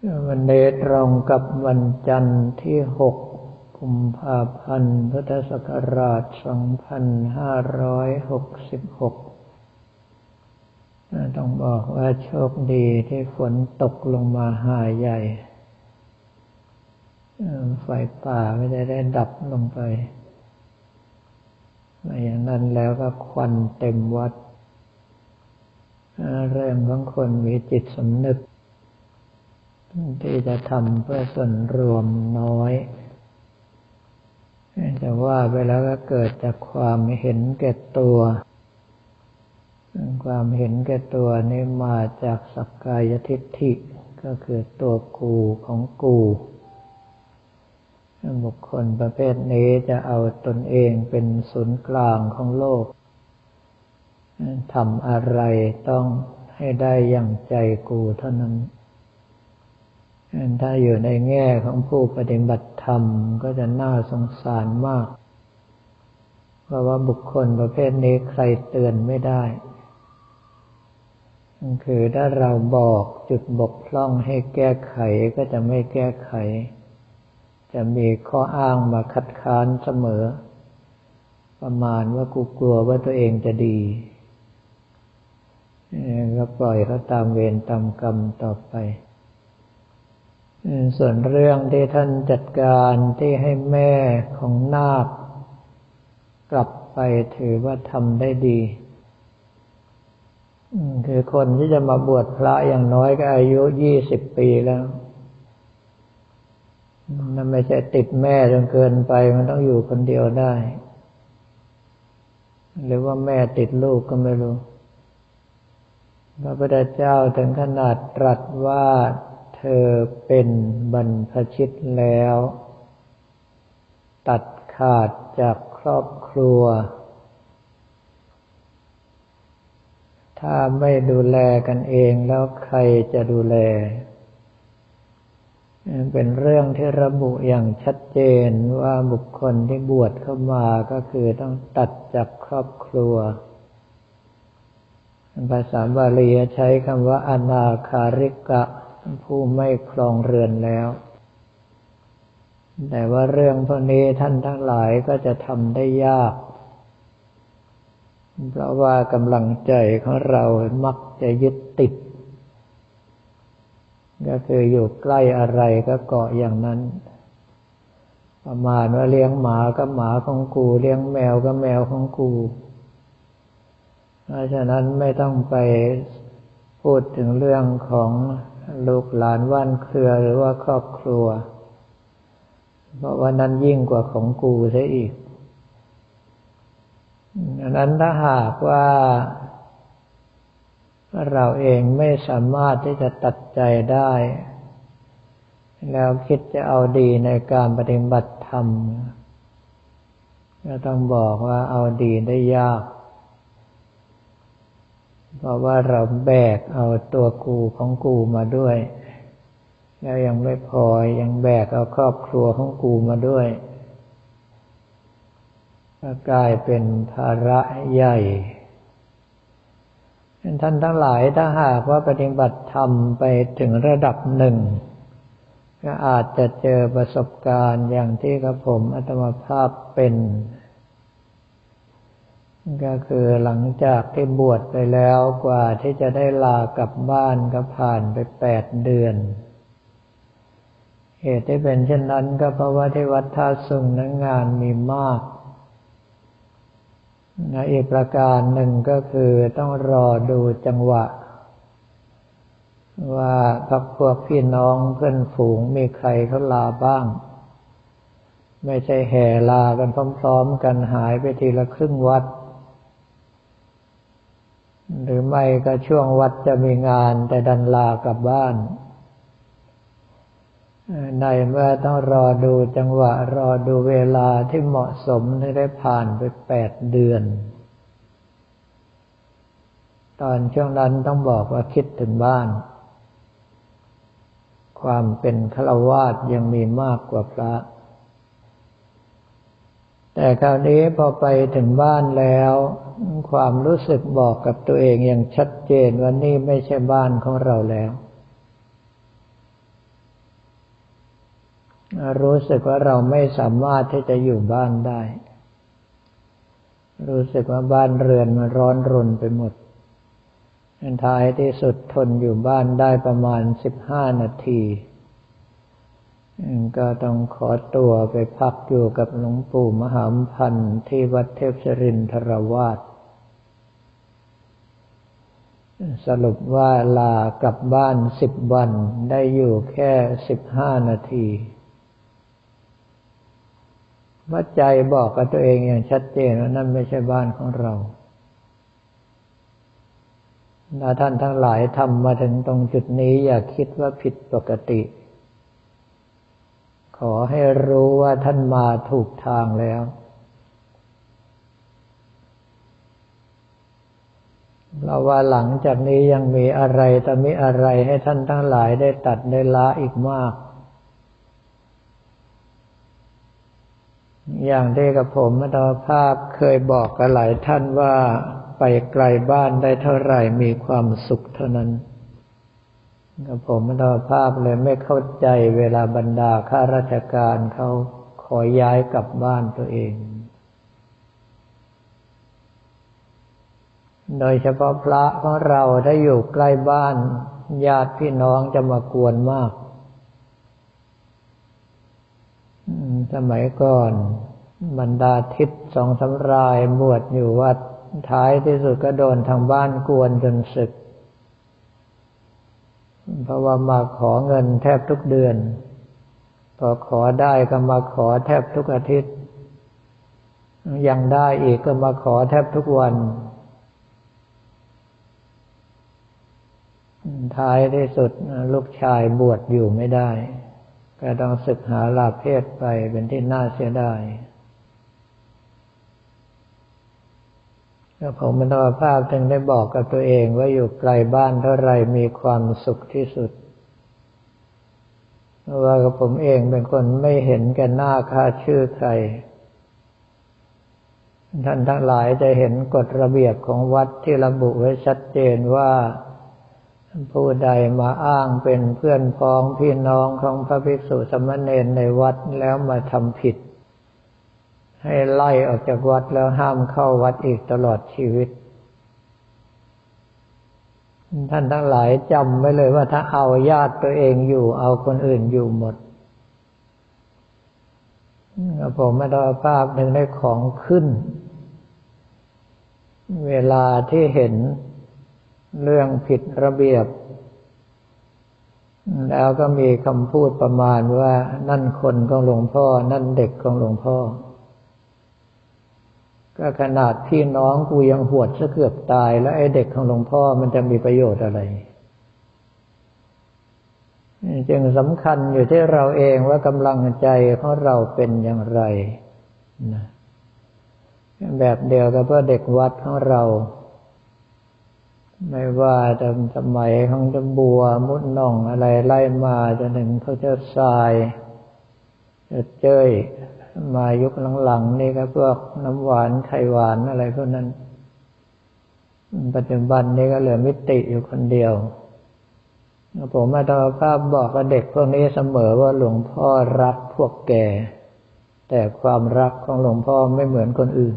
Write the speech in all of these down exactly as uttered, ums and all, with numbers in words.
วันนี้ตรงกับวันจันทร์ที่หกกุมภาพันธ์พุทธศักราชสองพันห้าร้อยหกสิบหกต้องบอกว่าโชคดีที่ฝนตกลงมาหาใหญ่ไฟป่าไม่ได้ได้ดับลงไปไม่อย่างนั้นแล้วก็ควันเต็มวัดเรื่องของคนมีจิตสำนึกที่จะทำเพื่อส่วนรวมน้อยแต่ว่าไปแล้วก็เกิดจากความเห็นแก่ตัวความเห็นแก่ตัวนี่มาจากสักกายทิฏฐิก็คือตัวกูของกูบุคคลประเภทนี้จะเอาตนเองเป็นศูนย์กลางของโลกทำอะไรต้องให้ได้อย่างใจกูเท่านั้นถ้าอยู่ในแง่ของผู้ปฏิบัติธรรมก็จะน่าสงสารมากเพราะว่าบุคคลประเภทนี้ใครเตือนไม่ได้คือถ้าเราบอกจุดบกพร่องให้แก้ไขก็จะไม่แก้ไขจะมีข้ออ้างมาคัดค้านเสมอประมาณว่ากูกลัวว่าตัวเองจะดีก็ปล่อยเขาตามเวรตามกรรมต่อไปส่วนเรื่องที่ท่านจัดการที่ให้แม่ของนาคกลับไปถือว่าทำได้ดีคือคนที่จะมาบวชพระอย่างน้อยก็อายุยี่สิบปีแล้วนั่นไม่ใช่ติดแม่จนเกินไปมันต้องอยู่คนเดียวได้หรือว่าแม่ติดลูกก็ไม่รู้พระพุทธเจ้าถึงขนาดตรัสว่าเธอเป็นบรรพชิตแล้วตัดขาดจากครอบครัวถ้าไม่ดูแลกันเองแล้วใครจะดูแลเป็นเรื่องที่ระบุอย่างชัดเจนว่าบุคคลที่บวชเข้ามาก็คือต้องตัดจากครอบครัวภาษาบาลีใช้คำว่าอนาคาริกะผู้ไม่ครองเรือนแล้วแต่ว่าเรื่องพวกนี้ท่านทั้งหลายก็จะทำได้ยากเพราะว่ากำลังใจของเรามักจะยึดติดก็คืออยู่ใกล้อะไรก็เกาะอย่างนั้นประมาณว่าเลี้ยงหมาก็หมาของกูเลี้ยงแมวก็แมวของกูเพราะฉะนั้นไม่ต้องไปพูดถึงเรื่องของลูกหลานว่านเครือหรือว่าครอบครัวเพราะว่านั้นยิ่งกว่าของกูเสียอีกดังนั้นถ้าหากว่าเราเองไม่สามารถที่จะตัดใจได้แล้วคิดจะเอาดีในการปฏิบัติธรรมก็ต้องบอกว่าเอาดีได้ยากเพราะว่าเราแบกเอาตัวกูของกูมาด้วยแล้วยังไม่พอยังแบกเอาครอบครัวของกูมาด้วยก็กลายเป็นภาระใหญ่ท่านทั้งหลายถ้าหากว่าปฏิบัติธรรมไปถึงระดับหนึ่งก็อาจจะเจอประสบการณ์อย่างที่กระผมอาตมาภาพเป็นก็คือหลังจากที่บวชไปแล้วกว่าที่จะได้ลากลับบ้านก็ผ่านไปแปดเดือนเหตุที่เป็นเช่นนั้นก็เพราะว่าที่วัดท่าสุงนั้นงานมีมากและอีกประการหนึ่งก็คือต้องรอดูจังหวะว่าพรรคพวกพี่น้องเพื่อนฝูงมีใครเขาลาบ้างไม่ใช่แห่ลากันพร้อมๆกันหายไปทีละครึ่งวัดหรือไม่ก็ช่วงวัดจะมีงานแต่ดันลากลับบ้านในเมื่อต้องรอดูจังหวะรอดูเวลาที่เหมาะสมที่ได้ผ่านไปแปดเดือนตอนช่วงนั้นต้องบอกว่าคิดถึงบ้านความเป็นฆราวาสยังมีมากกว่าพระแต่คราวนี้พอไปถึงบ้านแล้วความรู้สึกบอกกับตัวเองอย่างชัดเจนว่านี่ไม่ใช่บ้านของเราแล้วรู้สึกว่าเราไม่สามารถที่จะอยู่บ้านได้รู้สึกว่าบ้านเรือนมันร้อนรนไปหมดท้ายที่สุดทนอยู่บ้านได้ประมาณสิบห้านาทีก็ต้องขอตัวไปพักอยู่กับหลวงปู่มหาพันธ์ที่วัดเทพศิรินทราวาสสรุปว่าลากลับบ้านสิบวันได้อยู่แค่สิบห้านาทีว่าใจบอกกับตัวเองอย่างชัดเจนว่านั่นไม่ใช่บ้านของเราถ้าท่านทั้งหลายทำมาถึงตรงจุดนี้อย่าคิดว่าผิดปกติขอให้รู้ว่าท่านมาถูกทางแล้วเราว่าหลังจากนี้ยังมีอะไรแต่มีอะไรให้ท่านทั้งหลายได้ตัดได้ละอีกมากอย่างที่กับผมอัตภาพเคยบอกกับหลายท่านว่าไปไกลบ้านได้เท่าไหร่มีความสุขเท่านั้นกับผมอัตภาพเลยไม่เข้าใจเวลาบรรดาข้าราชการเขาขอย้ายกลับบ้านตัวเองโดยเฉพาะพระของเราถ้าอยู่ใกล้บ้านญาติพี่น้องจะมากวนมากสมัยก่อนบรรดาทิศสองสามรายบวชอยู่วัดท้ายที่สุดก็โดนทางบ้านกวนจนสึกเพราะว่ามาขอเงินแทบทุกเดือนพอขอได้ก็มาขอแทบทุกอาทิตย์ยังได้อีกก็มาขอแทบทุกวันท้ายที่สุดลูกชายบวชอยู่ไม่ได้ก็ต้องศึกหาลาเพศไปเป็นที่น่าเสียดายก็ผมบรรดาภาพจึงได้บอกกับตัวเองว่าอยู่ไกลบ้านเท่าไรมีความสุขที่สุดเพราะว่ากับผมเองเป็นคนไม่เห็นแก่หน้าค่าชื่อใครท่านทั้งหลายจะเห็นกฎระเบียบของวัดที่ระบุไว้ชัดเจนว่าผู้ใดมาอ้างเป็นเพื่อนพ้องพี่น้องของพระภิกษุสามเณรในวัดแล้วมาทำผิดให้ไล่ออกจากวัดแล้วห้ามเข้าวัดอีกตลอดชีวิตท่านทั้งหลายจำไว้เลยว่าถ้าเอาญาติตัวเองอยู่เอาคนอื่นอยู่หมดผมไม่ได้ภาพถึงได้ของขึ้นเวลาที่เห็นเรื่องผิดระเบียบแล้วก็มีคำพูดประมาณว่านั่นคนของหลวงพ่อนั่นเด็กของหลวงพ่อก็ขนาดพี่น้องกูยังหวดซะเกือบตายแล้วไอ้เด็กของหลวงพ่อมันจะมีประโยชน์อะไรจึงสำคัญอยู่ที่เราเองว่ากำลังใจของเราเป็นอย่างไรนะแบบเดียวกับว่าเด็กวัดของเราไม่ว่าจะสมัยของจำบัวมุดหน่องอะไรไล่มาจนถึงเขาเจ้าทรายเจ้ยมายุคหลังๆนี่ก็พวกน้ำหวานไข่หวานอะไรพวกนั้นปัจจุบันนี้ก็เหลือมิติอยู่คนเดียวผมอาตมาภาพบอกกับเด็กพวกนี้เสมอว่าหลวงพ่อรักพวกแก่แต่ความรักของหลวงพ่อไม่เหมือนคนอื่น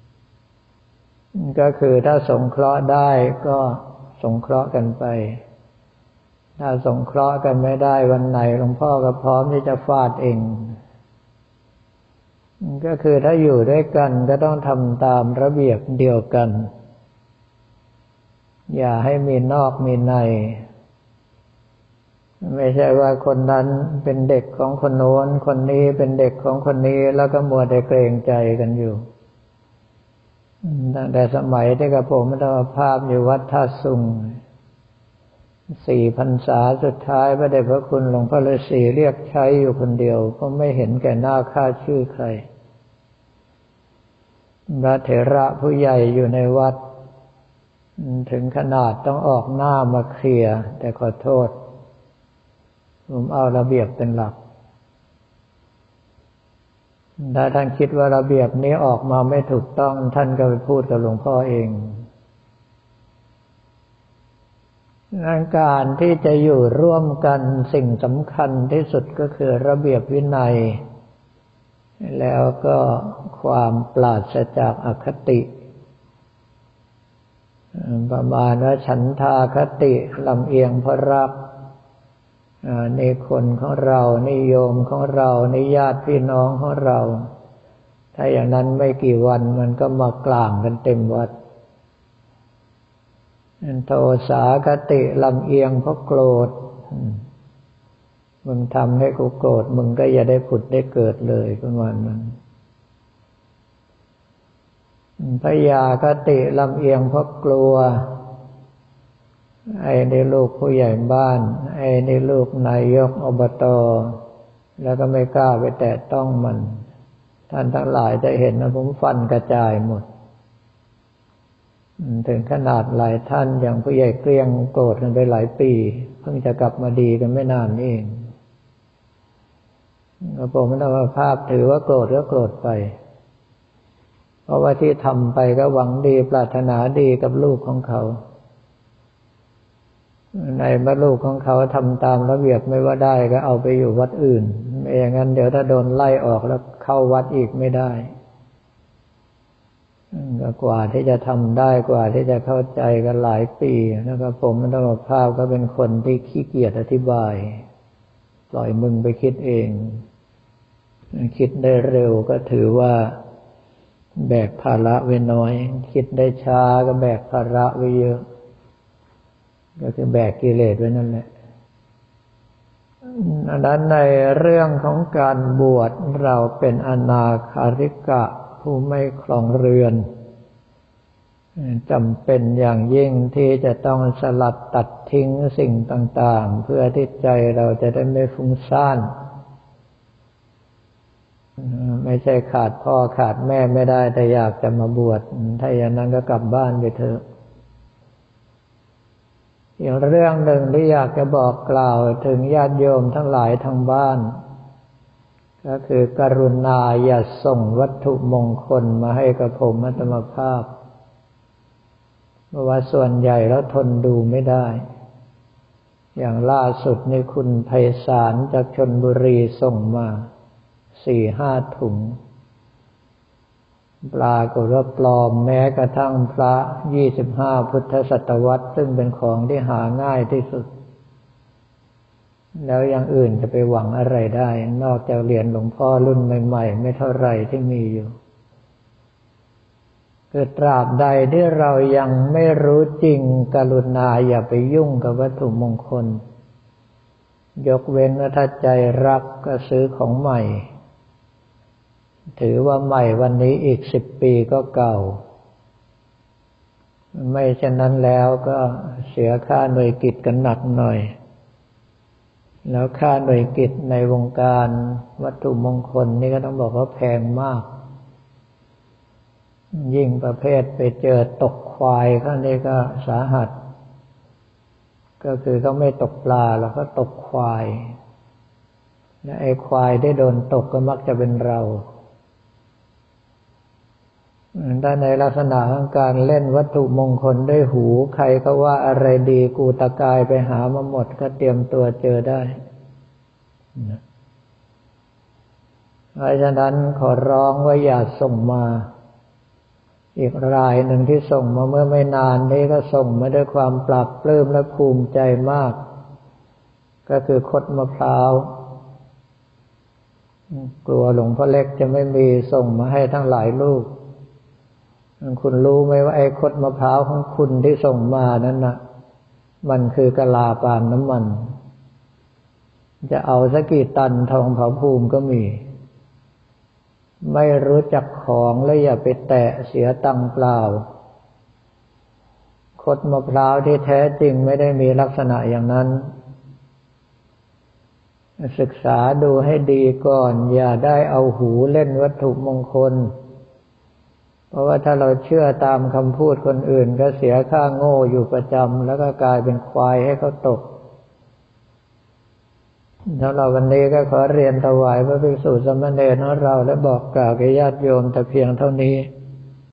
ก็คือถ้าสงเคราะห์ได้ก็สงเคราะห์กันไปถ้าสงเคราะห์กันไม่ได้วันไหนหลวงพ่อก็พร้อมที่จะฟาดเองก็คือถ้าอยู่ด้วยกันก็ต้องทำตามระเบียบเดียวกันอย่าให้มีนอกมีในไม่ใช่ว่าคนนั้นเป็นเด็กของคนโน้นคนนี้เป็นเด็กของคนนี้แล้วก็มัวแต่เกรงใจกันอยู่ตั้งแต่สมัยที่กับผมอัตภาพอยู่วัดท่าสุงสี่พรรษาสุดท้ายพระเดชพระคุณหลวงพ่อฤาษีเรียกใช้อยู่คนเดียวก็ไม่เห็นแก่หน้าค่าชื่อใครพระเถระผู้ใหญ่อยู่ในวัดถึงขนาดต้องออกหน้ามาเคลียร์แต่ขอโทษผมเอาระเบียบเป็นหลักถ้าท่านคิดว่าระเบียบนี้ออกมาไม่ถูกต้องท่านก็ไปพูดกับหลวงพ่อเองการที่จะอยู่ร่วมกันสิ่งสำคัญที่สุดก็คือระเบียบวินัยแล้วก็ความปราศจากอคติประมาณว่าฉันทาคติลำเอียงเพราะรักในคนของเราในโยมของเราในญาติพี่น้องของเราถ้าอย่างนั้นไม่กี่วันมันก็มากล่างกันเต็มวัดโทสาคติลำเอียงเพราะโกรธมึงทำให้กูโกรธมึงก็อย่าได้ผุดได้เกิดเลยประมาณนั้นพยาคติลำเอียงเพราะกลัวไอ้นี่ลูกผู้ใหญ่บ้านไอ้นี่ลูกนายกอบต.แล้วก็ไม่กล้าไปแตะต้องมันท่านทั้งหลายจะเห็นนะผมฟันกระจายหมดถึงขนาดหลายท่านอย่างผู้ใหญ่เกลี้ยงโกรธกันไปหลายปีเพิ่งจะกลับมาดีกันไม่นานเองก็ผมไม่ต้องมาภาพถือว่าโกรธก็โกรธไปเพราะว่าที่ทำไปก็หวังดีปรารถนาดีกับลูกของเขาในเมื่อลูกของเขาทำตามระเบียบไม่ว่าได้ก็เอาไปอยู่วัดอื่นไม่อย่างนั้นเดี๋ยวถ้าโดนไล่ออกแล้วเข้าวัดอีกไม่ได้ก็กว่าที่จะทำได้กว่าที่จะเข้าใจกันหลายปีแล้วก็ผมมันต้องมาภาพก็เป็นคนที่ขี้เกียจอธิบายปล่อยมึงไปคิดเองคิดได้เร็วก็ถือว่าแบกภาระไว้น้อยคิดได้ช้าก็แบกภาระไว้เยอะก็คือแบกกิเลสไว้นั่นแหละอันนั้นในเรื่องของการบวชเราเป็นอนาคาริกะผู้ไม่ครองเรือนจำเป็นอย่างยิ่งที่จะต้องสลัดตัดทิ้งสิ่งต่างๆเพื่อที่ใจเราจะได้ไม่ฟุ้งซ่านไม่ใช่ขาดพ่อขาดแม่ไม่ได้แต่อยากจะมาบวชถ้าอย่างนั้นก็กลับบ้านไปเถอะอีกเรื่องหนึ่งที่อยากจะบอกกล่าวถึงญาติโยมทั้งหลายทางบ้านก็คือกรุณาอย่าส่งวัตถุมงคลมาให้กับผมอาตมาภาพเพราะว่าส่วนใหญ่แล้วทนดูไม่ได้อย่างล่าสุดนี่คุณไพศาลจากชลบุรีส่งมาสี่ห้าถุงปลากฏว่าปลอมแม้กระทั่งพระยี่สิบห้าพุทธศตวรรษซึ่งเป็นของที่หาง่ายที่สุดแล้วอย่างอื่นจะไปหวังอะไรได้นอกจากเหรียญหลวงพ่อรุ่นใหม่ๆไม่เท่าไหร่ที่มีอยู่คือตราบใดที่เรายังไม่รู้จริงกรุณาอย่าไปยุ่งกับวัตถุมงคลยกเว้นว่าถ้าใจรักก็ซื้อของใหม่ถือว่าใหม่วันนี้อีกสิบปีก็เก่าไม่เช่นนั้นแล้วก็เสียค่าหน่วยกิจกันหนักหน่อยแล้วค่าหน่วยกิจในวงการวัตถุมงคลนี่ก็ต้องบอกว่าแพงมากยิ่งประเภทไปเจอตกควายข้างนี้ก็สาหัสก็คือเขาไม่ตกปลาแล้วก็ตกควายและไอ้ควายที่โดนตกก็มักจะเป็นเราถ้าในลักษณะของการเล่นวัตถุมงคลด้วยหูใครก็ว่าอะไรดีกูตะกายไปหามาหมดก็เตรียมตัวเจอได้เพราะฉะนั้นขอร้องว่าอย่าส่งมาอีกรายหนึ่งที่ส่งมาเมื่อไม่นานนี้ก็ส่งมาด้วยความปลาบปลื้มและภูมิใจมากก็คือคดมะพร้าวกลัวหลวงพ่อเล็กจะไม่มีส่งมาให้ทั้งหลายลูกคุณรู้ไหมว่าไอ้คดมะพร้าวของคุณที่ส่งมานั้นน่ะมันคือกะลาปาล์มน้ำมันจะเอาสักกี่ตันทองเผาภูมิก็มีไม่รู้จักของแล้วอย่าไปแตะเสียตังค์เปล่าคดมะพร้าวที่แท้จริงไม่ได้มีลักษณะอย่างนั้นศึกษาดูให้ดีก่อนอย่าได้เอาหูเล่นวัตถุมงคลเพราะว่าถ้าเราเชื่อตามคำพูดคนอื่นก็เสียค่าโง่อยู่ประจำแล้วก็กลายเป็นควายให้เขาตกสำหรับวันนี้ก็ขอเรียนถวายพระภิกษุสามเณรของเราและบอกกล่าวแก่ญาติโยมแต่เพียงเท่านี้